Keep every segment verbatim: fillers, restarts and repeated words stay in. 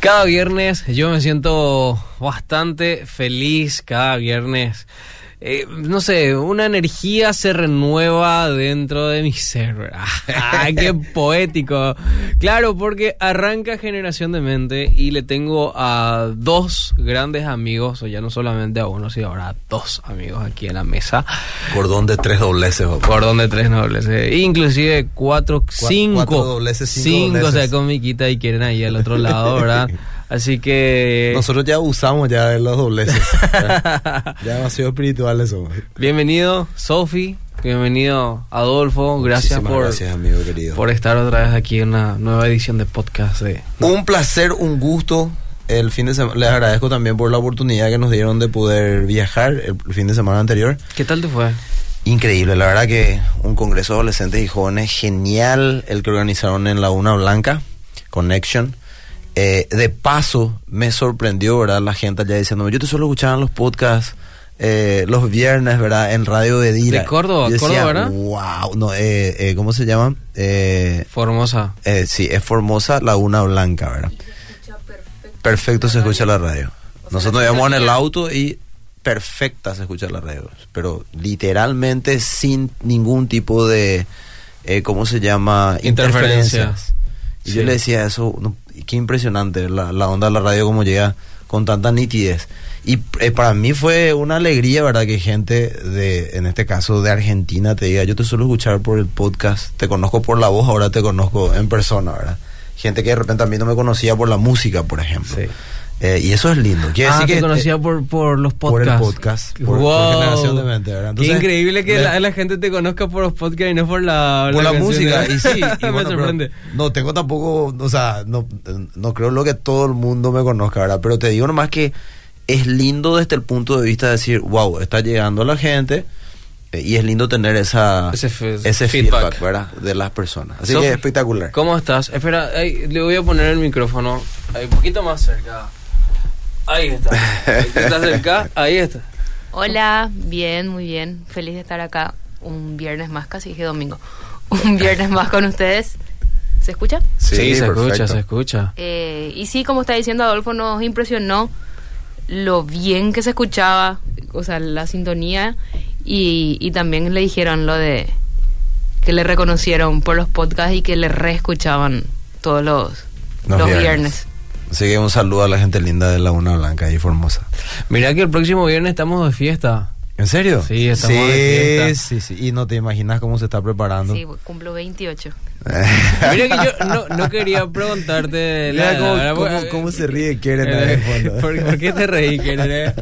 Cada viernes yo me siento bastante feliz, cada viernes, eh, no sé, una energía se renueva dentro de mi ser. ¡Ah, qué poético! Claro, porque arranca Generación Demente y le tengo a dos grandes amigos, o ya no solamente a uno, sino ahora a dos amigos aquí en la mesa. Cordón de tres dobleces. Papá. Cordón de tres dobleces. Inclusive cuatro, Cu- cinco. Cuatro dobleces, cinco, cinco, dobleces. o sea, con Miquita y quieren ahí al otro lado, ¿verdad? Así que... Nosotros ya usamos ya de los dobleces. ya, ya demasiado espirituales somos. Bienvenido, Sofi. Bienvenido, Adolfo. Gracias Muchísimas por, gracias, amigo querido. por estar otra vez aquí en una nueva edición de podcast. De... Un placer, un gusto. El fin de semana, les agradezco también por la oportunidad que nos dieron de poder viajar el fin de semana anterior. ¿Qué tal te fue? Increíble, la verdad que un congreso de adolescentes y jóvenes genial el que organizaron en Laguna Blanca, Connection. Eh, de paso, me sorprendió, ¿verdad? La gente allá diciéndome, yo te suelo escuchar en los podcasts eh, los viernes, ¿verdad? En Radio de Dira. De Córdoba, Yo decía, Córdoba, ¿verdad? Wow, no, eh, eh, ¿cómo se llama? Eh, Formosa. eh, sí, es Formosa, Laguna Blanca, ¿verdad? Perfecto se escucha la radio. Nosotros íbamos en el auto y perfecta se escucha la radio, pero literalmente sin ningún tipo de, eh, ¿cómo se llama? Interferencias. Y Sí. yo le decía eso, no, qué impresionante la, la onda de la radio como llega con tanta nitidez. Y eh, para mí fue una alegría, ¿verdad? Que gente de, en este caso de Argentina, te diga, yo te suelo escuchar por el podcast, te conozco por la voz, ahora te conozco en persona, ¿verdad? Gente que de repente a mí no me conocía por la música, por ejemplo. Sí. Eh, y eso es lindo. Quiere Ah, decir te que conocía eh, por, por los podcasts. por el podcast, por, Wow. por Generación Demente, ¿verdad? Entonces, Qué increíble que me- la, la gente te conozca por los podcasts y no por la, por la canción, música. ¿verdad? Y sí, y me bueno, pero sorprende. no tengo tampoco, o sea, no, no creo lo que todo el mundo me conozca, ¿verdad? Pero te digo nomás que es lindo desde el punto de vista de decir, wow, está llegando la gente. Eh, y es lindo tener esa Ese fe- ese feedback. feedback, ¿verdad? De las personas. Así Sofi, que espectacular. ¿Cómo estás? Espera, ahí, le voy a poner el micrófono ahí, un poquito más cerca. Ahí está. Ahí está cerca, ahí está. Hola, bien, muy bien. Feliz de estar acá un viernes más, casi dije domingo. Un viernes más con ustedes. ¿Se escucha? Sí, se perfecto. escucha, se escucha. Eh, y sí, como está diciendo Adolfo, nos impresionó lo bien que se escuchaba, o sea, la sintonía. Y, y también le dijeron lo de que le reconocieron por los podcasts y que le reescuchaban todos los, Los los viernes. viernes. Así que un saludo a la gente linda de Laguna Blanca y Formosa. Mirá que el próximo viernes estamos de fiesta. ¿En serio? Sí, estamos sí, de fiesta. Sí, sí, y no te imaginas cómo se está preparando. Sí, cumplo veintiocho. Mira que yo no, no quería preguntarte... Mira la- cómo, la- cómo- la- cómo se ríe Keren ahí de fondo. ¿Por, por qué te reí, Keren? eh?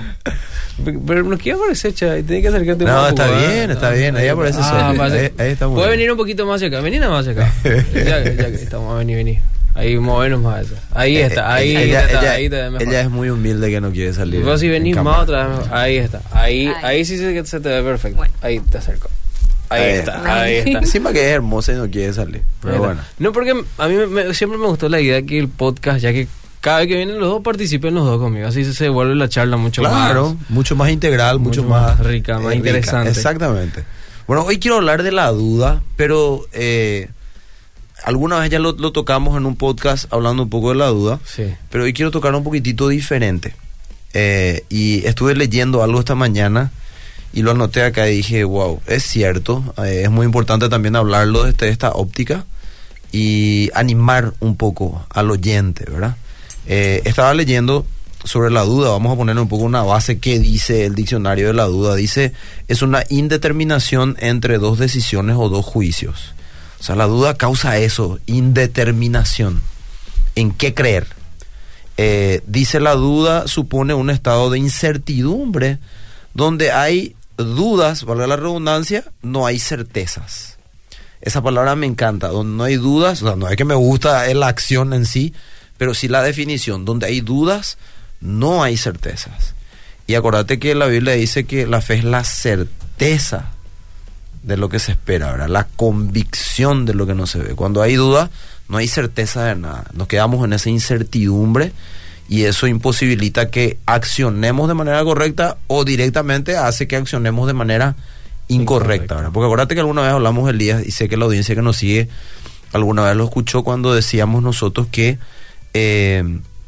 Pero no quiero aparecer, chaval. Tienes que acercarte un No, poco. está ¿eh? bien, está bien. Ahí aparece Ah, Sofi. pasa- Ahí- ahí está muy Puede bien. venir un poquito más hacia acá. Vení nada más hacia acá. ya, que- ya que estamos, vení, vení. Ahí movernos más eso. Ahí está, ahí Eh, ella, está, ella, ahí te ve mejor. ella es muy humilde que no quiere salir. Vos si en venís cámara. más otra vez, ahí está. Ahí, Ahí. ahí sí se, se te ve perfecto. Bueno. Ahí te acerco. Ahí, Ahí está, está. ahí está. Encima que es hermosa y no quiere salir. Pero Ahí está. bueno. No, porque a mí me- me- siempre me gustó la idea que el podcast, ya que cada vez que vienen los dos, participen los dos conmigo. Así se, se vuelve la charla mucho Claro, más. mucho más integral, mucho, mucho más, más rica, más interesante. Exactamente. Bueno, hoy quiero hablar de la duda, pero eh, alguna vez ya lo, lo tocamos en un podcast hablando un poco de la duda, Sí. pero hoy quiero tocar un poquitito diferente. Eh, y estuve leyendo algo esta mañana y lo anoté acá y dije, wow, es cierto, eh, es muy importante también hablarlo desde esta óptica y animar un poco al oyente, ¿verdad? Eh, estaba leyendo sobre la duda, vamos a poner un poco una base que dice el diccionario de la duda. Dice, es una indeterminación entre dos decisiones o dos juicios. O sea, la duda causa eso, indeterminación. ¿En qué creer? Eh, dice, la duda supone un estado de incertidumbre donde hay dudas, valga la redundancia, no hay certezas. Esa palabra me encanta, donde no hay dudas, o sea, no es que me gusta la acción en sí, pero sí la definición, donde hay dudas, no hay certezas. Y acordate que la Biblia dice que la fe es la certeza de lo que se espera, ¿verdad? La convicción de lo que no se ve. Cuando hay duda, no hay certeza de nada. Nos quedamos en esa incertidumbre y eso imposibilita que accionemos de manera correcta o directamente hace que accionemos de manera incorrecta, ¿verdad? Porque acuérdate que alguna vez hablamos, Elías, y sé que la audiencia que nos sigue alguna vez lo escuchó cuando decíamos nosotros que eh,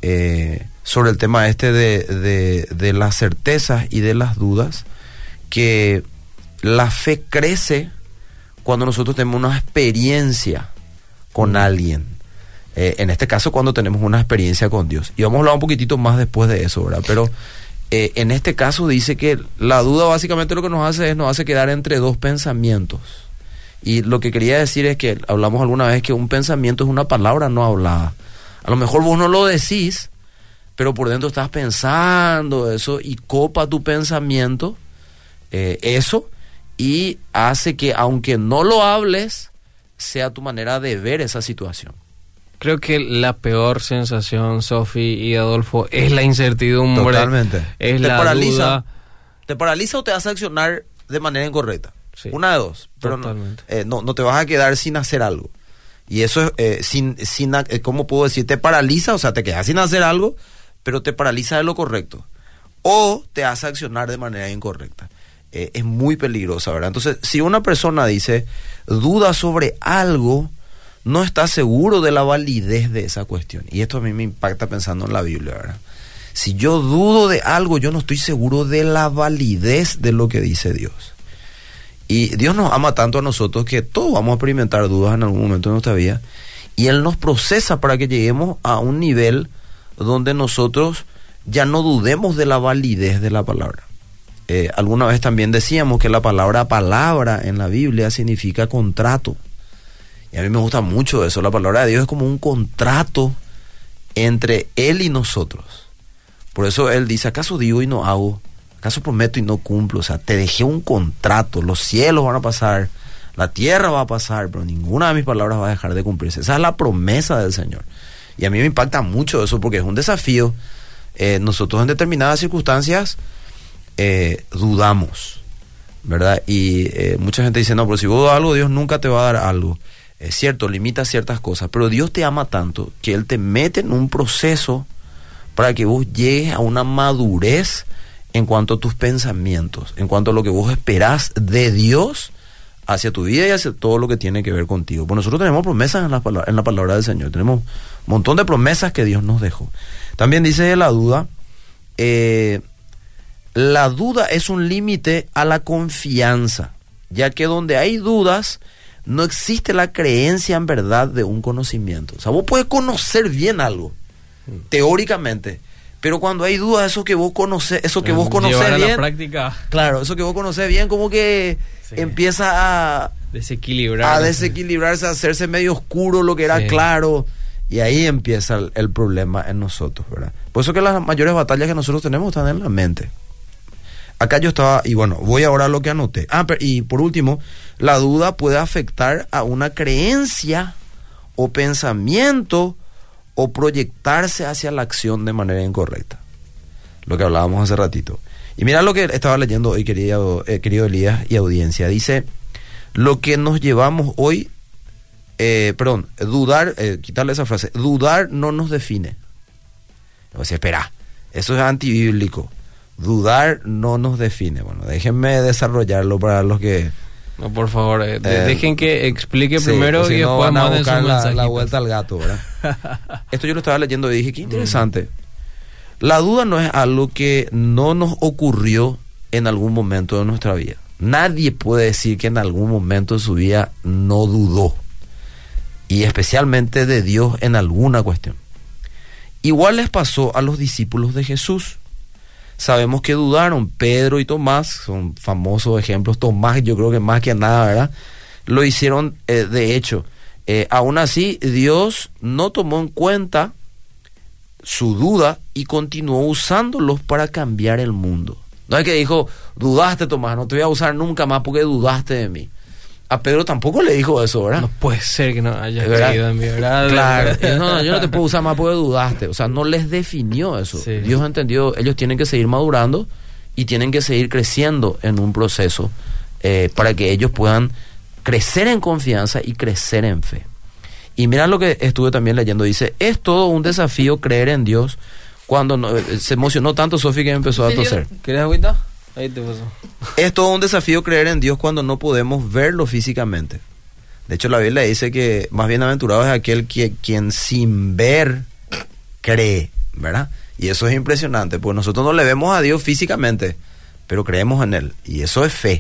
eh, sobre el tema este de, de, de las certezas y de las dudas, que la fe crece cuando nosotros tenemos una experiencia con alguien. Eh, en este caso, cuando tenemos una experiencia con Dios. Y vamos a hablar un poquitito más después de eso, ¿verdad? Pero eh, en este caso dice que la duda básicamente lo que nos hace es nos hace quedar entre dos pensamientos. Y lo que quería decir es que hablamos alguna vez que un pensamiento es una palabra no hablada. A lo mejor vos no lo decís, pero por dentro estás pensando eso y copa tu pensamiento eh, eso y hace que aunque no lo hables, sea tu manera de ver esa situación. Creo que la peor sensación, Sofi y Adolfo, es la incertidumbre. Totalmente. Es te la paraliza, duda. ¿Te paraliza o te hace accionar de manera incorrecta? Sí, una de dos. Pero totalmente. No, eh, no, no te vas a quedar sin hacer algo. Y eso es, eh, sin, sin, eh, ¿cómo puedo decir? Te paraliza, o sea, te quedas sin hacer algo, pero te paraliza de lo correcto. O te hace accionar de manera incorrecta. Eh, es muy peligrosa, ¿verdad? Entonces, si una persona dice, duda sobre algo, no está seguro de la validez de esa cuestión. Y esto a mí me impacta pensando en la Biblia, ¿verdad? Si yo dudo de algo, yo no estoy seguro de la validez de lo que dice Dios. Y Dios nos ama tanto a nosotros que todos vamos a experimentar dudas en algún momento de nuestra vida. Y Él nos procesa para que lleguemos a un nivel donde nosotros ya no dudemos de la validez de la palabra. Eh, alguna vez también decíamos que la palabra palabra en la Biblia significa contrato. Y a mí me gusta mucho eso. La palabra de Dios es como un contrato entre Él y nosotros. Por eso Él dice, ¿acaso digo y no hago? ¿Acaso prometo y no cumplo? O sea, te dejé un contrato. Los cielos van a pasar, la tierra va a pasar, pero ninguna de mis palabras va a dejar de cumplirse. Esa es la promesa del Señor. Y a mí me impacta mucho eso porque es un desafío. Eh, nosotros en determinadas circunstancias eh, dudamos, ¿verdad? Y eh, mucha gente dice, no, pero si vos dudas algo, Dios nunca te va a dar algo. Es cierto, limita ciertas cosas, pero Dios te ama tanto que Él te mete en un proceso para que vos llegues a una madurez en cuanto a tus pensamientos, en cuanto a lo que vos esperás de Dios hacia tu vida y hacia todo lo que tiene que ver contigo. Pues nosotros tenemos promesas en la palabra, en la palabra del Señor, tenemos un montón de promesas que Dios nos dejó. También dice la duda, eh, la duda es un límite a la confianza, ya que donde hay dudas no existe la creencia en verdad de un conocimiento. O sea, vos puedes conocer bien algo, teóricamente, pero cuando hay dudas, eso que vos conoces, eso que vos conocés Llevar a bien, la práctica. Claro, eso que vos conocés bien, como que sí, empieza a desequilibrar, a desequilibrarse, a hacerse medio oscuro lo que era sí, claro, y ahí empieza el, el problema en nosotros, ¿verdad? Por eso que las mayores batallas que nosotros tenemos están en la mente. Acá yo estaba, y bueno, voy ahora a lo que anoté. Ah, pero, y por último, la duda puede afectar a una creencia o pensamiento o proyectarse hacia la acción de manera incorrecta. Lo que hablábamos hace ratito. Y mira lo que estaba leyendo hoy, querido, eh, querido Elías y audiencia. Dice, lo que nos llevamos hoy, eh, perdón, dudar, eh, quitarle esa frase, dudar no nos define. O sea, espera, eso es antibíblico. Dudar no nos define. Bueno, déjenme desarrollarlo para los que... No, por favor, eh, eh, dejen que explique sí, primero si y no después van a manden buscar sus la, mensajitos. la vuelta al gato, ¿verdad? Esto yo lo estaba leyendo y dije, qué interesante. La duda no es algo que no nos ocurrió en algún momento de nuestra vida. Nadie puede decir que en algún momento de su vida no dudó. Y especialmente de Dios en alguna cuestión. Igual les pasó a los discípulos de Jesús. Sabemos que dudaron. Pedro y Tomás son famosos ejemplos. Tomás, yo creo que más que nada, ¿verdad? Lo hicieron, eh, de hecho. Eh, aún así, Dios no tomó en cuenta su duda y continuó usándolos para cambiar el mundo. No es que dijo, dudaste, Tomás, no te voy a usar nunca más porque dudaste de mí. A Pedro tampoco le dijo eso, ¿verdad? No puede ser que no haya ¿verdad? creído en mí, ¿verdad? Claro, no, yo no te puedo usar más porque dudaste. O sea, no les definió eso. Sí. Dios entendió, ellos tienen que seguir madurando y tienen que seguir creciendo en un proceso eh, para que ellos puedan crecer en confianza y crecer en fe. Y mira lo que estuve también leyendo, dice, es todo un desafío creer en Dios cuando no, se emocionó tanto Sofi que empezó a toser. ¿Quieres agüita? Ahí te paso. Es todo un desafío creer en Dios cuando no podemos verlo físicamente. De hecho, la Biblia dice que más bienaventurado es aquel que, quien sin ver cree. ¿verdad? Y eso es impresionante, porque nosotros no le vemos a Dios físicamente, pero creemos en Él, y eso es fe.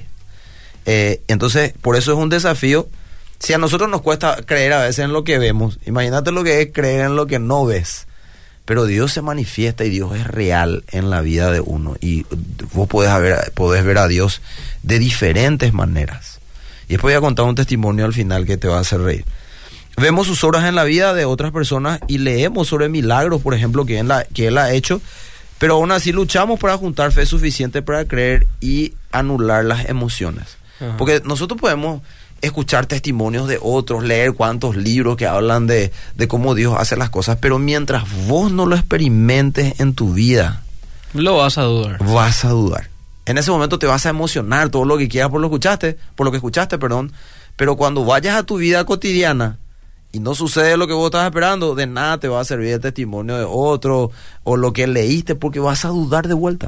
Eh, entonces, por eso es un desafío. Si a nosotros nos cuesta creer a veces en lo que vemos, imagínate lo que es creer en lo que no ves. Pero Dios se manifiesta y Dios es real en la vida de uno. Y vos podés ver, podés ver a Dios de diferentes maneras. Y después voy a contar un testimonio al final que te va a hacer reír. Vemos sus obras en la vida de otras personas y leemos sobre milagros, por ejemplo, que él, la, que él ha hecho. Pero aún así luchamos para juntar fe suficiente para creer y anular las emociones. Ajá. Porque nosotros podemos escuchar testimonios de otros, leer cuantos libros que hablan de, de cómo Dios hace las cosas, pero mientras vos no lo experimentes en tu vida, lo vas a dudar. Vas a dudar. En ese momento te vas a emocionar todo lo que quieras por lo que escuchaste, por lo que escuchaste, perdón, pero cuando vayas a tu vida cotidiana y no sucede lo que vos estás esperando, de nada te va a servir el testimonio de otro o lo que leíste, porque vas a dudar de vuelta.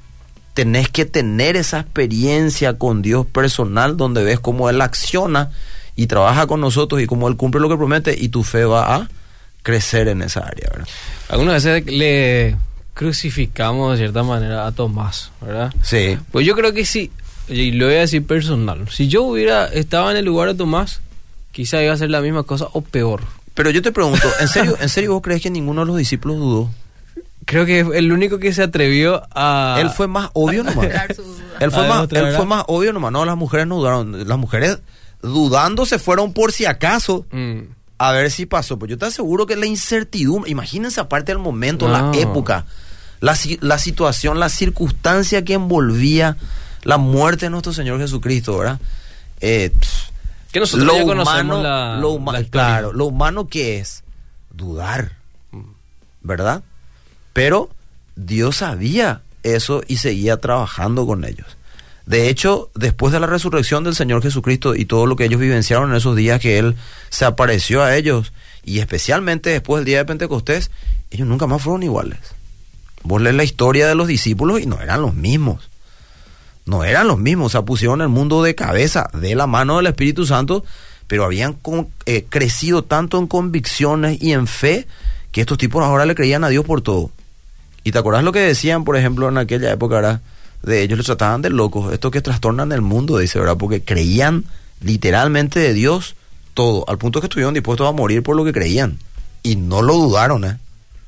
Tenés que tener esa experiencia con Dios personal, donde ves cómo Él acciona y trabaja con nosotros y cómo Él cumple lo que promete, y tu fe va a crecer en esa área, ¿verdad? Algunas veces le crucificamos de cierta manera a Tomás, ¿verdad? Sí. Pues yo creo que sí, y lo voy a decir personal, si yo hubiera estado en el lugar de Tomás, quizá iba a hacer la misma cosa o peor. Pero yo te pregunto, ¿en serio, ¿en serio vos crees que ninguno de los discípulos dudó? Creo que el único que se atrevió a... Él fue más obvio nomás. él fue más, él fue más obvio nomás. No, las mujeres no dudaron. Las mujeres dudando se fueron por si acaso mm. a ver si pasó. Pues yo te aseguro que la incertidumbre, imagínense aparte del momento, no. la época, la, la situación, la circunstancia que envolvía la muerte de nuestro Señor Jesucristo, ¿verdad? Eh, que nosotros lo ya humano, conocemos la, lo huma- la claro, lo humano que es dudar, ¿verdad? Pero Dios sabía eso y seguía trabajando con ellos. De hecho, después de la resurrección del Señor Jesucristo y todo lo que ellos vivenciaron en esos días que Él se apareció a ellos, y especialmente después del día de Pentecostés, ellos nunca más fueron iguales. Vos lees la historia de los discípulos y no eran los mismos. No eran los mismos, o sea, pusieron el mundo de cabeza de la mano del Espíritu Santo, pero habían con, eh, crecido tanto en convicciones y en fe que estos tipos ahora le creían a Dios por todo. ¿Y te acordás lo que decían, por ejemplo, en aquella época, ¿verdad? De ellos los trataban de locos, estos que trastornan el mundo, dice, ¿verdad? Porque creían literalmente de Dios todo, al punto que estuvieron dispuestos a morir por lo que creían. Y no lo dudaron, ¿eh?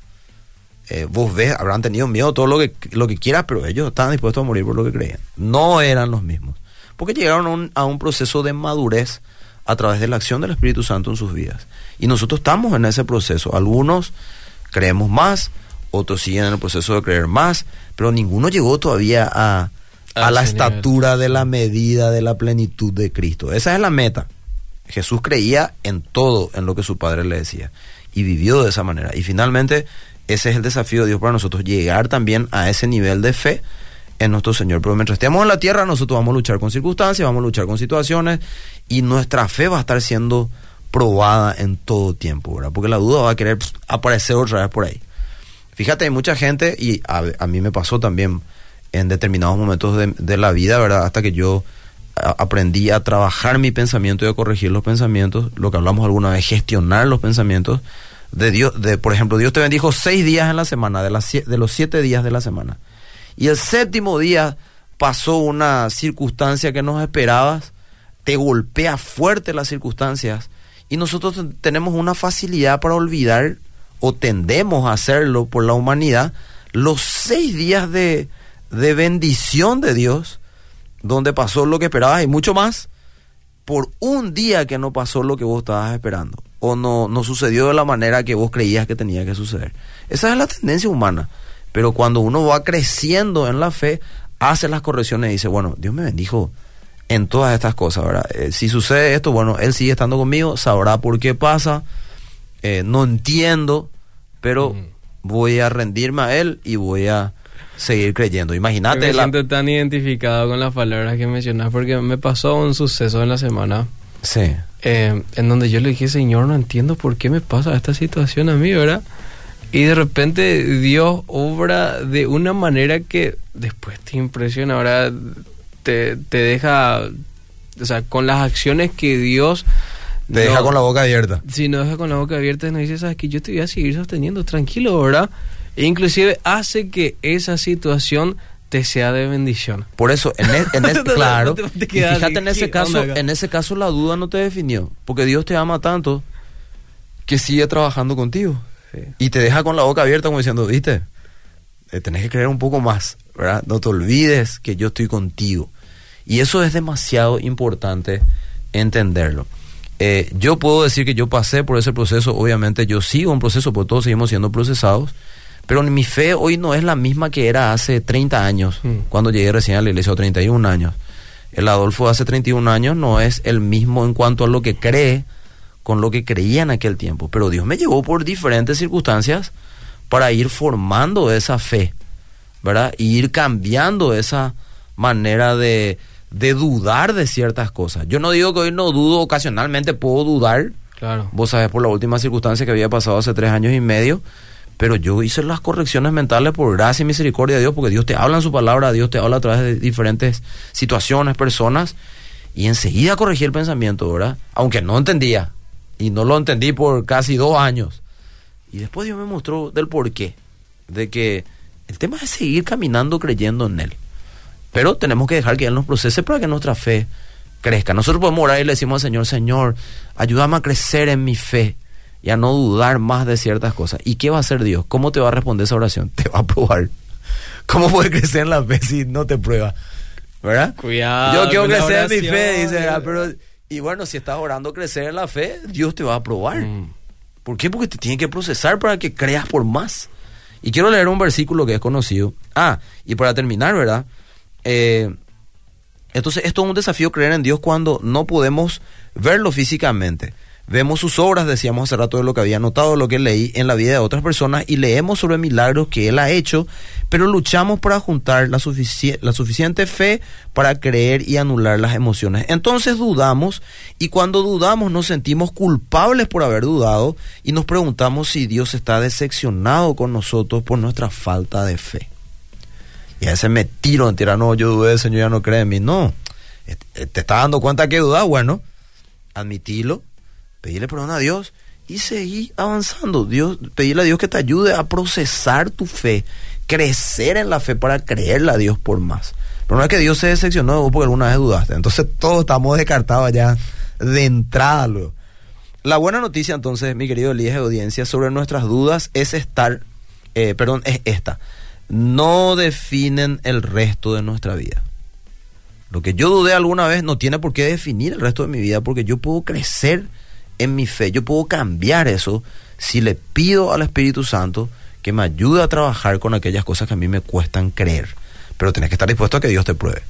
eh vos ves, habrán tenido miedo, todo lo que, lo que quieras, pero ellos estaban dispuestos a morir por lo que creían. No eran los mismos. Porque llegaron a un, a un proceso de madurez a través de la acción del Espíritu Santo en sus vidas. Y nosotros estamos en ese proceso. Algunos creemos más, otros siguen en el proceso de creer más, pero ninguno llegó todavía a, a la estatura de la medida de la plenitud de Cristo. Esa es la meta. Jesús creía en todo, en lo que su Padre le decía, y vivió de esa manera. Y finalmente, ese es el desafío de Dios para nosotros, llegar también a ese nivel de fe en nuestro Señor. Pero mientras estemos en la tierra, nosotros vamos a luchar con circunstancias, vamos a luchar con situaciones, y nuestra fe va a estar siendo probada en todo tiempo, ¿verdad? Porque la duda va a querer pss, aparecer otra vez por ahí. Fíjate, hay mucha gente, y a, a mí me pasó también en determinados momentos de, de la vida, ¿verdad? Hasta que yo a, aprendí a trabajar mi pensamiento y a corregir los pensamientos, lo que hablamos alguna vez, gestionar los pensamientos de Dios. De, por ejemplo, Dios te bendijo seis días en la semana, de, las, de los siete días de la semana. Y el séptimo día pasó una circunstancia que no esperabas, te golpea fuerte las circunstancias, y nosotros tenemos una facilidad para olvidar, o tendemos a hacerlo por la humanidad, los seis días de, de bendición de Dios, donde pasó lo que esperabas y mucho más, por un día que no pasó lo que vos estabas esperando, o no, no sucedió de la manera que vos creías que tenía que suceder. Esa es la tendencia humana, pero cuando uno va creciendo en la fe, hace las correcciones y dice, bueno, Dios me bendijo en todas estas cosas, ¿verdad? Eh, si sucede esto, bueno, Él sigue estando conmigo, sabrá por qué pasa. Eh, no entiendo, pero mm. voy a rendirme a Él y voy a seguir creyendo. Imagínate. Me la... siento tan identificado con las palabras que mencionas, porque me pasó un suceso en la semana. Sí. Eh, en donde yo le dije, Señor, no entiendo por qué me pasa esta situación a mí, ¿verdad? Y de repente Dios obra de una manera que después te impresiona, ¿verdad? Te, te deja, o sea, con las acciones que Dios... Te deja no, con la boca abierta. Si no deja con la boca abierta, nos dice, sabes que yo te voy a seguir sosteniendo, tranquilo, ¿verdad? E inclusive hace que esa situación te sea de bendición. Por eso, en es, en es, claro, no te, te y quedas fíjate así, en ese ¿qué caso, onda acá? en ese caso la duda no te definió, porque Dios te ama tanto que sigue trabajando contigo. Sí. Y te deja con la boca abierta como diciendo, viste, eh, tenés que creer un poco más, ¿verdad? No te olvides que yo estoy contigo. Y eso es demasiado importante entenderlo. Eh, yo puedo decir que yo pasé por ese proceso, obviamente yo sigo un proceso, porque todos seguimos siendo procesados, pero mi fe hoy no es la misma que era hace treinta años, mm. cuando llegué recién a la iglesia, o treinta y un años. El Adolfo de hace treinta y un años no es el mismo en cuanto a lo que cree con lo que creía en aquel tiempo, pero Dios me llevó por diferentes circunstancias para ir formando esa fe, ¿verdad? Y ir cambiando esa manera de, de dudar de ciertas cosas. Yo no digo que hoy no dudo, ocasionalmente puedo dudar, claro. Vos sabés por la última circunstancia que había pasado hace tres años y medio, pero yo hice las correcciones mentales por gracia y misericordia de Dios, porque Dios te habla en su palabra, Dios te habla a través de diferentes situaciones, personas, y enseguida corregí el pensamiento, ¿verdad? Aunque no entendía, y no lo entendí por casi dos años. Y después Dios me mostró del porqué, de que el tema es seguir caminando creyendo en Él. Pero tenemos que dejar que Él nos procese para que nuestra fe crezca. Nosotros podemos orar y le decimos al Señor, Señor, ayúdame a crecer en mi fe y a no dudar más de ciertas cosas. ¿Y qué va a hacer Dios? ¿Cómo te va a responder esa oración? Te va a probar. ¿Cómo puedes crecer en la fe si no te prueba? ¿Verdad? Cuidado. Yo quiero con la crecer en mi oración. fe, dice, ah, pero, y bueno, si estás orando crecer en la fe, Dios te va a probar. Mm. ¿Por qué? Porque te tiene que procesar para que creas por más. Y quiero leer un versículo que es conocido. Ah, y para terminar, ¿verdad? Eh, entonces, esto es un desafío creer en Dios cuando no podemos verlo físicamente. Vemos sus obras, decíamos hace rato de lo que había notado, lo que leí en la vida de otras personas, y leemos sobre milagros que Él ha hecho, pero luchamos para juntar la, sufici- la suficiente fe para creer y anular las emociones. Entonces dudamos, y cuando dudamos nos sentimos culpables por haber dudado, y nos preguntamos si Dios está decepcionado con nosotros por nuestra falta de fe. Y a veces me tiro en tierra, no, yo dudé, el Señor ya no cree en mí. No, te estás dando cuenta que dudas, bueno, admitilo, pedirle perdón a Dios y seguir avanzando. Dios, pedirle a Dios que te ayude a procesar tu fe, crecer en la fe para creerle a Dios por más. Pero no es que Dios se decepcionó de vos porque alguna vez dudaste. Entonces todos estamos descartados ya de entrada luego. La buena noticia entonces, mi querido Elías de audiencia, sobre nuestras dudas es estar, eh, perdón, es esta. No definen el resto de nuestra vida. Lo que yo dudé alguna vez no tiene por qué definir el resto de mi vida, porque yo puedo crecer en mi fe, yo puedo cambiar eso si le pido al Espíritu Santo que me ayude a trabajar con aquellas cosas que a mí me cuestan creer. Pero tenés que estar dispuesto a que Dios te pruebe.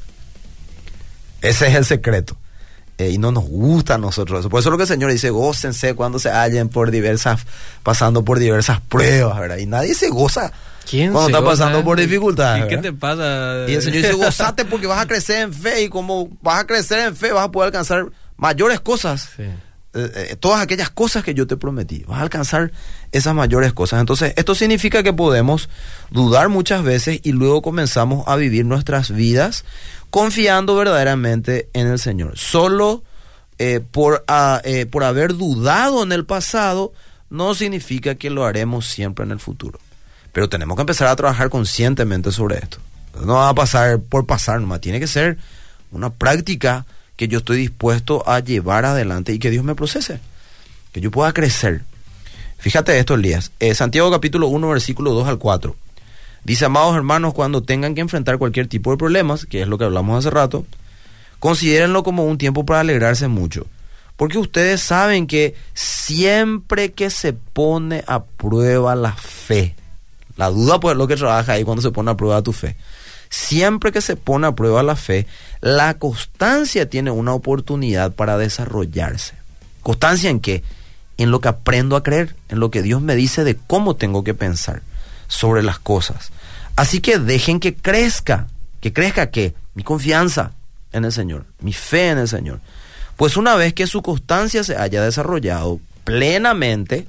Ese es el secreto. Eh, y no nos gusta a nosotros eso. Por eso es lo que el Señor dice, gócense cuando se hallen por diversas, pasando por diversas pruebas, ¿verdad? Y nadie se goza ¿Quién cuando se está goza? pasando por dificultades. ¿Y qué te pasa? Y el Señor dice, gozate porque vas a crecer en fe, y como vas a crecer en fe vas a poder alcanzar mayores cosas. Sí. Eh, eh, todas aquellas cosas que yo te prometí, vas a alcanzar esas mayores cosas. Entonces esto significa que podemos dudar muchas veces y luego comenzamos a vivir nuestras vidas confiando verdaderamente en el Señor. Solo eh, por, a, eh, por haber dudado en el pasado no significa que lo haremos siempre en el futuro, pero tenemos que empezar a trabajar conscientemente sobre esto. No va a pasar por pasar nomás, tiene que ser una práctica que yo estoy dispuesto a llevar adelante y que Dios me procese, que yo pueda crecer. Fíjate esto, Elías. Eh, Santiago capítulo uno, versículo dos al cuatro. Dice, amados hermanos, cuando tengan que enfrentar cualquier tipo de problemas, que es lo que hablamos hace rato, considérenlo como un tiempo para alegrarse mucho, porque ustedes saben que siempre que se pone a prueba la fe, la duda pues es lo que trabaja ahí cuando se pone a prueba tu fe, siempre que se pone a prueba la fe, la constancia tiene una oportunidad para desarrollarse. ¿Constancia en qué? En lo que aprendo a creer, en lo que Dios me dice de cómo tengo que pensar sobre las cosas. Así que dejen que crezca. ¿Que crezca qué? Mi confianza en el Señor, mi fe en el Señor. Pues una vez que su constancia se haya desarrollado plenamente,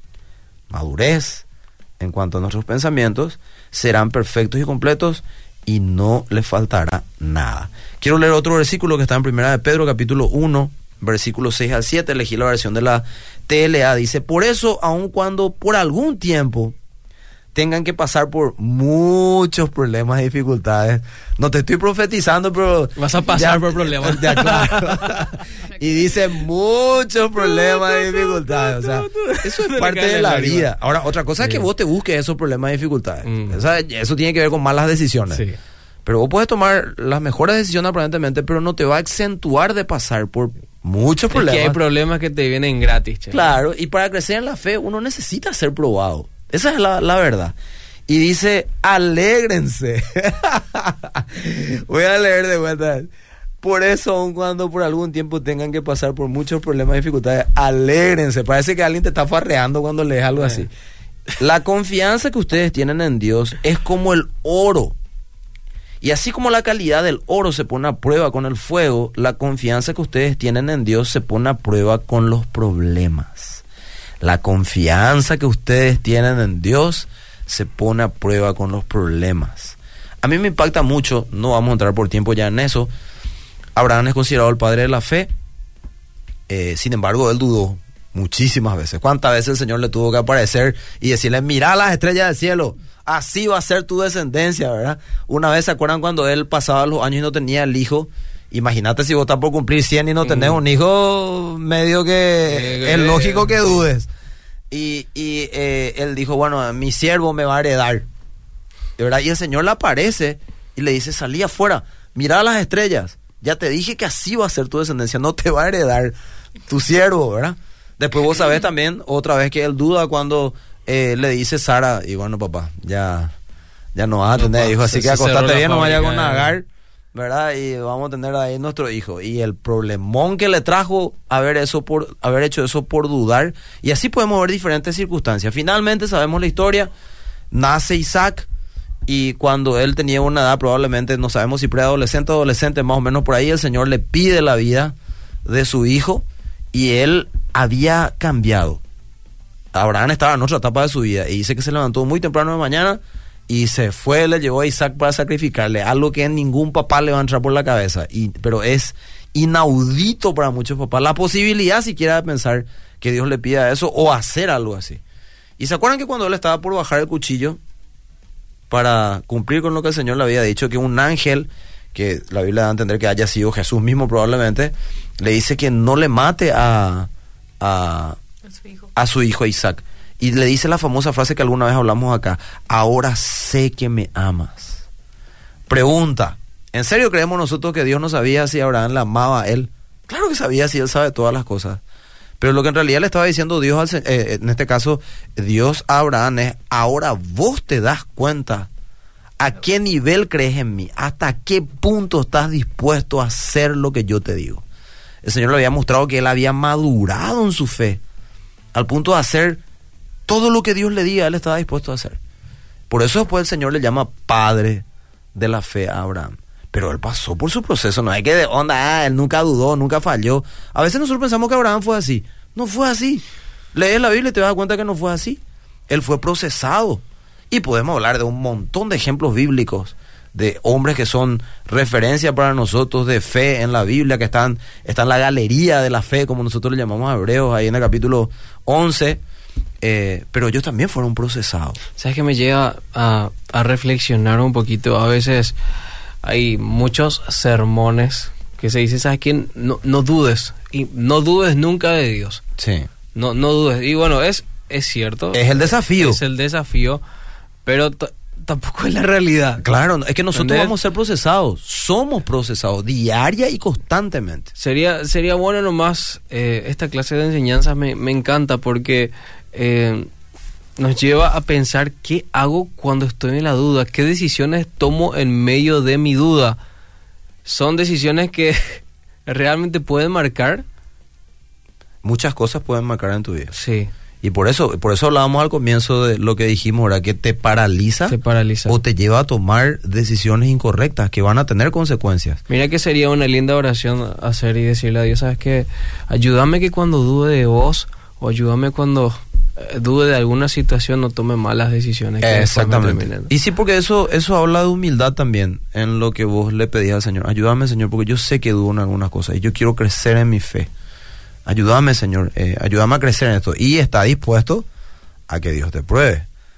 madurez en cuanto a nuestros pensamientos, serán perfectos y completos y no les faltará nada. Quiero leer otro versículo que está en Primera de Pedro, capítulo uno, versículos seis al siete. Elegí la versión de la T L A. Dice, por eso, aun cuando por algún tiempo tengan que pasar por muchos problemas y dificultades. No te estoy profetizando, pero... Vas a pasar ya, por problemas. Ya, claro. Y dice muchos problemas y dificultades. O sea, eso es parte de la vida. Ahora, otra cosa sí. es que vos te busques esos problemas y dificultades. Mm. O sea, eso tiene que ver con malas decisiones. Sí. Pero vos puedes tomar las mejores decisiones aparentemente, pero no te va a exentuar de pasar por muchos problemas. Es que hay problemas que te vienen gratis, che. Claro, y para crecer en la fe uno necesita ser probado. Esa es la, la verdad. Y dice, alégrense. Voy a leer de vuelta. Por eso, aun cuando por algún tiempo tengan que pasar por muchos problemas y dificultades, alégrense. Parece que alguien te está farreando cuando lees algo eh. así. La confianza que ustedes tienen en Dios es como el oro. Y así como la calidad del oro se pone a prueba con el fuego, la confianza que ustedes tienen en Dios se pone a prueba con los problemas. La confianza que ustedes tienen en Dios se pone a prueba con los problemas. A mí me impacta mucho, no vamos a entrar por tiempo ya en eso. Abraham es considerado el padre de la fe. Eh, sin embargo, él dudó muchísimas veces. ¿Cuántas veces el Señor le tuvo que aparecer y decirle, mira las estrellas del cielo? Así va a ser tu descendencia, ¿verdad? Una vez, ¿se acuerdan cuando él pasaba los años y no tenía el hijo? Imagínate si vos estás por cumplir cien y no tenés mm. un hijo, medio que eh, es eh, lógico que dudes. Y, y eh, él dijo, bueno, mi siervo me va a heredar, ¿verdad? Y el Señor le aparece y le dice, salí afuera, mira las estrellas, ya te dije que así va a ser tu descendencia, no te va a heredar tu siervo, ¿verdad? Después vos sabés también, otra vez que él duda cuando eh, le dice Sara, y bueno, papá, ya, ya no vas a tener no, hijo, así que acostate bien, no vaya con Agar, ¿verdad? Y vamos a tener ahí nuestro hijo. Y el problemón que le trajo haber eso por haber hecho eso por dudar. Y así podemos ver diferentes circunstancias. Finalmente sabemos la historia. Nace Isaac. Y cuando él tenía una edad, probablemente, no sabemos si preadolescente o adolescente, más o menos por ahí, el Señor le pide la vida de su hijo. Y él había cambiado. Abraham estaba en otra etapa de su vida. Y dice que se levantó muy temprano de mañana y se fue, le llevó a Isaac para sacrificarle, algo que ningún papá le va a entrar por la cabeza, y, pero es inaudito para muchos papás, la posibilidad siquiera de pensar que Dios le pida eso o hacer algo así. Y se acuerdan que cuando él estaba por bajar el cuchillo para cumplir con lo que el Señor le había dicho, que un ángel, que la Biblia da a entender que haya sido Jesús mismo probablemente, le dice que no le mate a a, a su hijo, a su hijo Isaac. Y le dice la famosa frase que alguna vez hablamos acá, ahora sé que me amas. Pregunta, ¿en serio creemos nosotros que Dios no sabía si Abraham le amaba a él? Claro que sabía, si él sabe todas las cosas. Pero lo que en realidad le estaba diciendo Dios, al, eh, en este caso, Dios a Abraham es, ahora vos te das cuenta a qué nivel crees en mí, hasta qué punto estás dispuesto a hacer lo que yo te digo. El Señor le había mostrado que él había madurado en su fe, al punto de hacer todo lo que Dios le diga, él estaba dispuesto a hacer. Por eso después el Señor le llama padre de la fe a Abraham. Pero él pasó por su proceso, no hay que de onda, ah, él nunca dudó, nunca falló. A veces nosotros pensamos que Abraham fue así. No fue así. Lees la Biblia y te das cuenta que no fue así. Él fue procesado. Y podemos hablar de un montón de ejemplos bíblicos, de hombres que son referencia para nosotros de fe en la Biblia, que están, están en la galería de la fe, como nosotros le llamamos a Hebreos, ahí en el capítulo once. Eh, pero ellos también fueron procesados. ¿Sabes qué me lleva a, a reflexionar un poquito? A veces hay muchos sermones que se dice, ¿sabes qué? No, no dudes, y no dudes nunca de Dios. Sí. No, no dudes. Y bueno, es, es cierto. Es el desafío. Es el desafío, pero t- tampoco es la realidad. Claro, es que nosotros ¿entendés? Vamos a ser procesados. Somos procesados diaria y constantemente. Sería, sería bueno nomás, eh, esta clase de enseñanzas me, me encanta porque eh, nos lleva a pensar qué hago cuando estoy en la duda, qué decisiones tomo en medio de mi duda. Son decisiones que realmente pueden marcar. Muchas cosas pueden marcar en tu vida. Sí. Y por eso, por eso hablábamos al comienzo de lo que dijimos, ¿verdad? Que te paraliza, te paraliza o te lleva a tomar decisiones incorrectas que van a tener consecuencias. Mira que sería una linda oración hacer y decirle a Dios, ¿sabes qué? Ayúdame que cuando dude de vos, o ayúdame cuando eh, dude de alguna situación, no tome malas decisiones. Que exactamente. Y sí, porque eso, eso habla de humildad también en lo que vos le pedís al Señor. Ayúdame, Señor, porque yo sé que dudo en algunas cosas y yo quiero crecer en mi fe. Ayúdame, Señor, eh, ayúdame a crecer en esto. Y está dispuesto a que Dios te pruebe.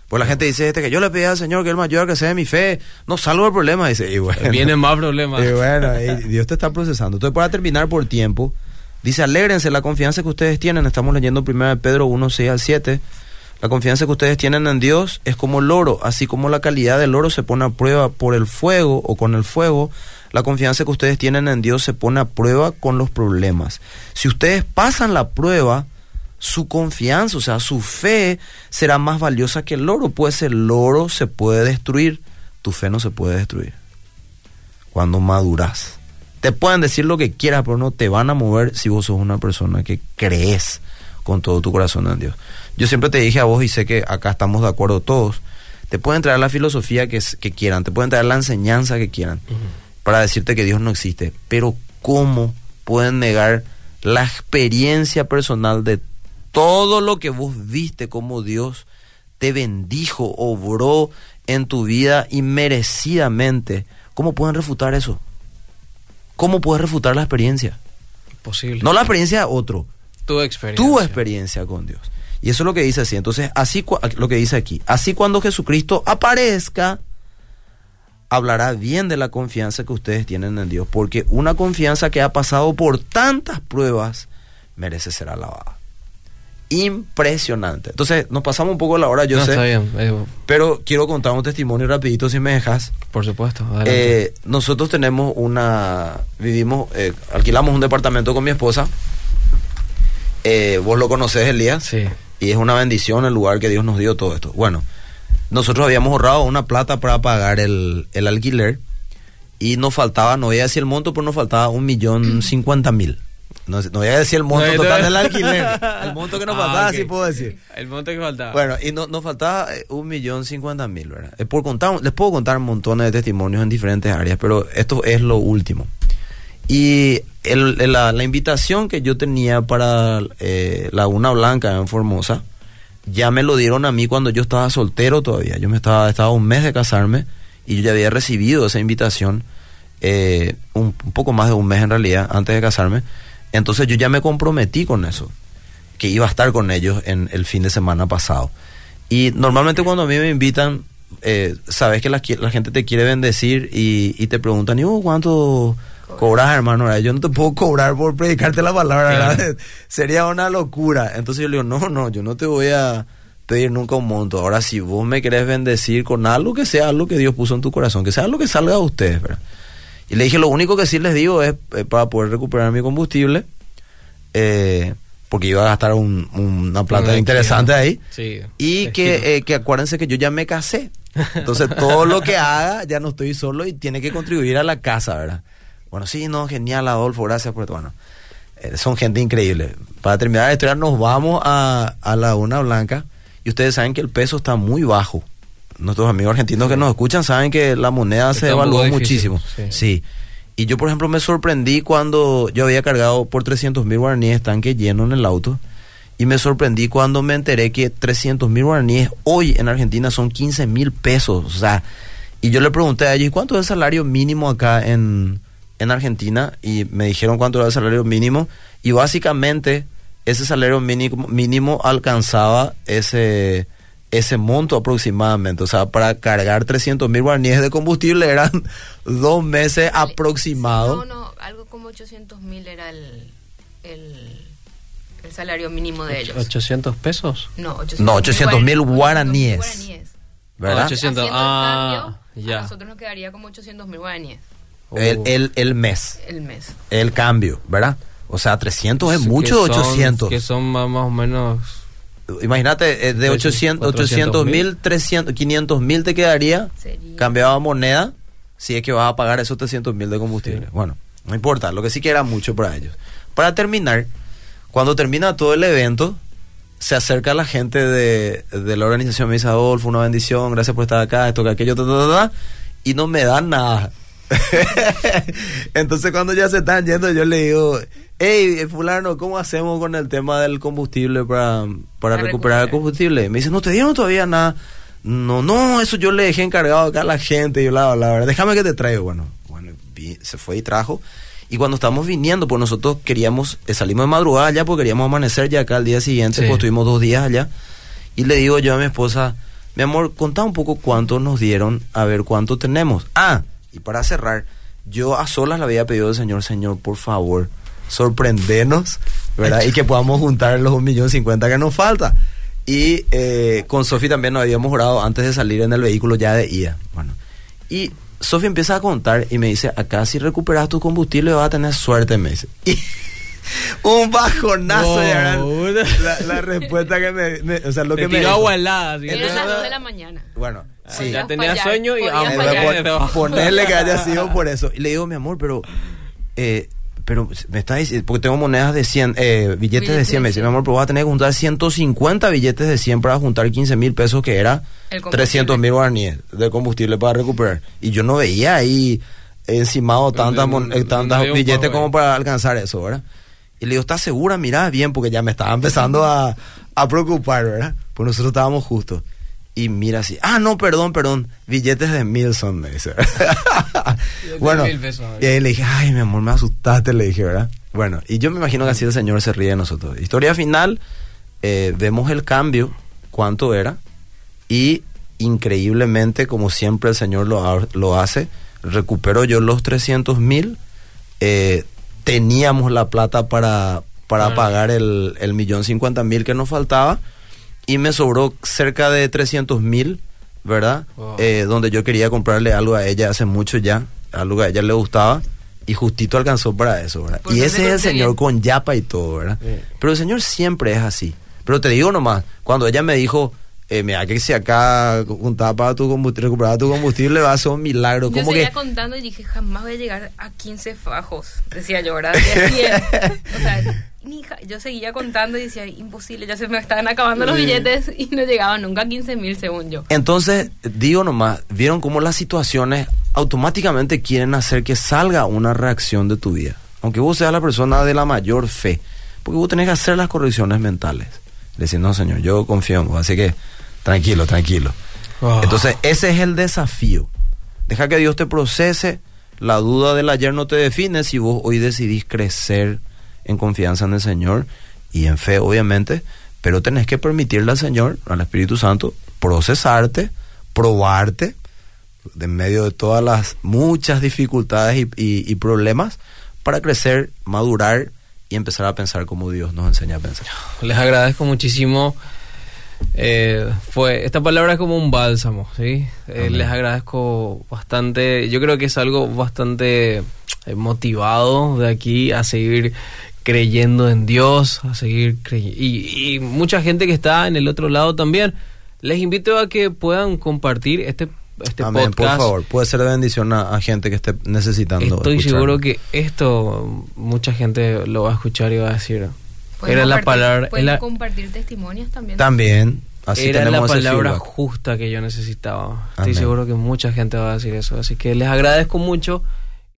Pues la gente dice, este que yo le pedí al Señor que Él me ayude a crecer en mi fe, no salgo del problema, dice, y bueno. Vienen más problemas. Y bueno, y Dios te está procesando. Entonces, para terminar por tiempo, dice, alégrense la confianza que ustedes tienen, estamos leyendo primero de Pedro uno, seis al siete, la confianza que ustedes tienen en Dios es como el oro, así como la calidad del oro se pone a prueba por el fuego o con el fuego, la confianza que ustedes tienen en Dios se pone a prueba con los problemas. Si ustedes pasan la prueba, su confianza, o sea, su fe será más valiosa que el oro, pues el oro se puede destruir, tu fe no se puede destruir. Cuando maduras, te pueden decir lo que quieras, pero no te van a mover si vos sos una persona que crees con todo tu corazón en Dios. Yo siempre te dije a vos, y sé que acá estamos de acuerdo todos, te pueden traer la filosofía que, que quieran, te pueden traer la enseñanza que quieran, uh-huh, para decirte que Dios no existe, pero ¿cómo pueden negar la experiencia personal de todo lo que vos viste, cómo Dios te bendijo, obró en tu vida inmerecidamente? ¿Cómo pueden refutar eso? ¿Cómo puedes refutar la experiencia? Posible. No la experiencia de otro. Tu experiencia. Tu experiencia con Dios. Y eso es lo que dice así. Entonces, así lo que dice aquí. Así cuando Jesucristo aparezca, hablará bien de la confianza que ustedes tienen en Dios. Porque una confianza que ha pasado por tantas pruebas merece ser alabada. Impresionante. Entonces, nos pasamos un poco la hora, yo no, sé. Está bien. Eh, pero quiero contar un testimonio rapidito, si me dejas. Por supuesto. Eh, nosotros tenemos una... Vivimos... Eh, alquilamos un departamento con mi esposa. Eh, vos lo conocés, Elías. Sí. Y es una bendición el lugar que Dios nos dio, todo esto. Bueno, nosotros habíamos ahorrado una plata para pagar el, el alquiler. Y nos faltaba, no voy a decir el monto, pero nos faltaba un millón cincuenta mil. No, no voy a decir el monto no, total no, del alquiler. El monto que nos ah, faltaba, okay. Sí puedo decir. El monto que faltaba. Bueno, y no, nos faltaba eh, un millón cincuenta mil, ¿verdad? Eh, por contar, les puedo contar montones de testimonios en diferentes áreas, pero esto es lo último. Y el, el, la, la invitación que yo tenía para eh, Laguna Blanca en Formosa, ya me lo dieron a mí cuando yo estaba soltero todavía. Yo me estaba, estaba un mes de casarme y yo ya había recibido esa invitación, eh, un, un poco más de un mes en realidad, antes de casarme. Entonces yo ya me comprometí con eso, que iba a estar con ellos en el fin de semana pasado. Y normalmente cuando a mí me invitan, eh, sabes que la, la gente te quiere bendecir y, y te preguntan, ¿y vos cuánto cobras, hermano? ¿Verdad? Yo no te puedo cobrar por predicarte la palabra, ¿verdad? Sería una locura. Entonces yo le digo, no, no, yo no te voy a pedir nunca un monto. Ahora, si vos me querés bendecir con algo, que sea algo que Dios puso en tu corazón, que sea algo que salga de ustedes, ¿verdad? Y le dije, lo único que sí les digo es eh, para poder recuperar mi combustible, eh, porque iba a gastar un, una plata una interesante ahí, sí, y que, eh, que acuérdense que yo ya me casé. Entonces todo lo que haga, ya no estoy solo y tiene que contribuir a la casa, ¿verdad? Bueno, sí, no, genial, Adolfo, gracias por esto. Bueno, eh, son gente increíble. Para terminar la historia, nos vamos a, a Laguna Blanca, y ustedes saben que el peso está muy bajo. Nuestros amigos argentinos que nos escuchan saben que la moneda se devaluó muchísimo. Sí. sí. Y yo, por ejemplo, me sorprendí cuando yo había cargado por trescientos mil guaraníes tanque lleno en el auto. Y me sorprendí cuando me enteré que trescientos mil guaraníes hoy en Argentina son quince mil pesos. O sea, y yo le pregunté a ellos, ¿y cuánto es el salario mínimo acá en, en Argentina? Y me dijeron cuánto era el salario mínimo. Y básicamente ese salario mínimo, mínimo alcanzaba ese... ese monto aproximadamente, o sea, para cargar trescientos mil guaraníes de combustible eran dos meses aproximados. No, no, algo como ochocientos mil era el, el, el salario mínimo de ellos. ¿ochocientos pesos? No, ochocientos mil guaraníes. ¿Verdad? ochocientos, ah, ya. A nosotros nos quedaría como ochocientos mil guaraníes. Uh. El, el, el mes. El mes. El cambio, ¿verdad? O sea, trescientos es mucho de ochocientos. Que son más, más o menos... Imagínate, de ochocientos mil, trescientos, quinientos mil te quedaría, sería. Cambiaba moneda, si es que vas a pagar esos trescientos mil de combustible. Sí. Bueno, no importa, lo que sí que era mucho para ellos. Para terminar, cuando termina todo el evento, se acerca la gente de, de la organización, me dice, Adolfo, una bendición, gracias por estar acá, esto, que aquello, ta, ta, ta, ta, y no me dan nada. Entonces cuando ya se están yendo, yo le digo, hey, fulano, ¿cómo hacemos con el tema del combustible para, para, para recuperar, recuperar el combustible? Y me dice, no te dieron todavía nada. No, no, eso yo le dejé encargado acá a la gente. Y yo, la, la verdad, déjame que te traigo. Bueno, bueno, vi, se fue y trajo. Y cuando estamos viniendo, pues nosotros queríamos, eh, salimos de madrugada allá porque queríamos amanecer ya acá al día siguiente, sí. Pues estuvimos dos días allá. Y le digo yo a mi esposa, mi amor, contá un poco cuánto nos dieron, a ver cuánto tenemos. Ah, y para cerrar, yo a solas le había pedido al Señor, Señor, por favor, sorprendenos, ¿verdad? Y que podamos juntar los un millón cincuenta que nos falta. Y eh, con Sofi también nos habíamos orado antes de salir en el vehículo ya de ida. Bueno, y Sofi empieza a contar y me dice, acá si recuperas tu combustible vas a tener suerte, me dice. Y un bajonazo, oh, ya la, la respuesta que me, me o sea, lo te que me tiró agua helada. ¿Sí? Eran las dos de la mañana. Bueno, sí. Ya tenía fallar, sueño y podía vamos fallar. a ponerle que haya sido por eso. Y le digo, mi amor, pero eh, pero me está diciendo, porque tengo monedas de cien, eh, billetes, billetes de cien, me dice, mi amor, pero vas a tener que juntar ciento cincuenta billetes de cien para juntar quince mil pesos, que era trescientos mil guaraníes de combustible para recuperar. Y yo no veía ahí encimado tantas no, no, eh, tantas no billetes pago, como para alcanzar eso, ¿verdad? Y le digo, ¿estás segura? Mirá bien, porque ya me estaba empezando a, a preocupar, ¿verdad? Pues nosotros estábamos justos. Y mira así, ah, no, perdón, perdón, billetes de mil son, me dice. Bueno, mil pesos, y ahí le dije, ay, mi amor, me asustaste, le dije, ¿verdad? Bueno, y yo me imagino que así el Señor se ríe de nosotros. Historia final, eh, vemos el cambio, cuánto era, y increíblemente, como siempre el Señor lo, lo hace, recupero yo los trescientos mil, eh, teníamos la plata para, para ah. pagar el, el millón cincuenta mil que nos faltaba, y me sobró cerca de trescientos mil, ¿verdad? Wow. Eh, donde yo quería comprarle algo a ella hace mucho ya, algo que a ella le gustaba, y justito alcanzó para eso, ¿verdad? Pues y ese es el Señor con yapa y todo, ¿verdad? Sí. Pero el Señor siempre es así. Pero te digo nomás, cuando ella me dijo, eh, mira, que si acá juntaba para tu combustible, recuperaba tu combustible, va a ser un milagro. Yo como seguía que contando y dije, jamás voy a llegar a quince fajos, decía yo, ¿verdad? O sea, hija, yo seguía contando y decía, imposible, ya se me estaban acabando los billetes y no llegaban nunca a quince mil, según yo. Entonces, digo nomás, vieron cómo las situaciones automáticamente quieren hacer que salga una reacción de tu vida, aunque vos seas la persona de la mayor fe, porque vos tenés que hacer las correcciones mentales, decir, no, Señor, yo confío en vos, así que tranquilo, tranquilo. Oh. Entonces, ese es el desafío. Deja que Dios te procese. La duda del ayer no te define si vos hoy decidís crecer en confianza en el Señor y en fe, obviamente, pero tenés que permitirle al Señor, al Espíritu Santo, procesarte, probarte en medio de todas las muchas dificultades y, y, y problemas, para crecer, madurar y empezar a pensar como Dios nos enseña a pensar. Les agradezco muchísimo. Eh, fue esta palabra es como un bálsamo, ¿sí? Eh, les agradezco bastante. Yo creo que es algo bastante eh, motivado de aquí a seguir creyendo en Dios, a seguir creyendo. Y, y mucha gente que está en el otro lado también. Les invito a que puedan compartir este este Amén, podcast. Por favor, puede ser de bendición a, a gente que esté necesitando. Estoy seguro que esto mucha gente lo va a escuchar y va a decir, era la palabra, pueden la, compartir testimonios también. También, así era la palabra feedback. justa que yo necesitaba. Estoy Amén. seguro que mucha gente va a decir eso, así que les agradezco mucho.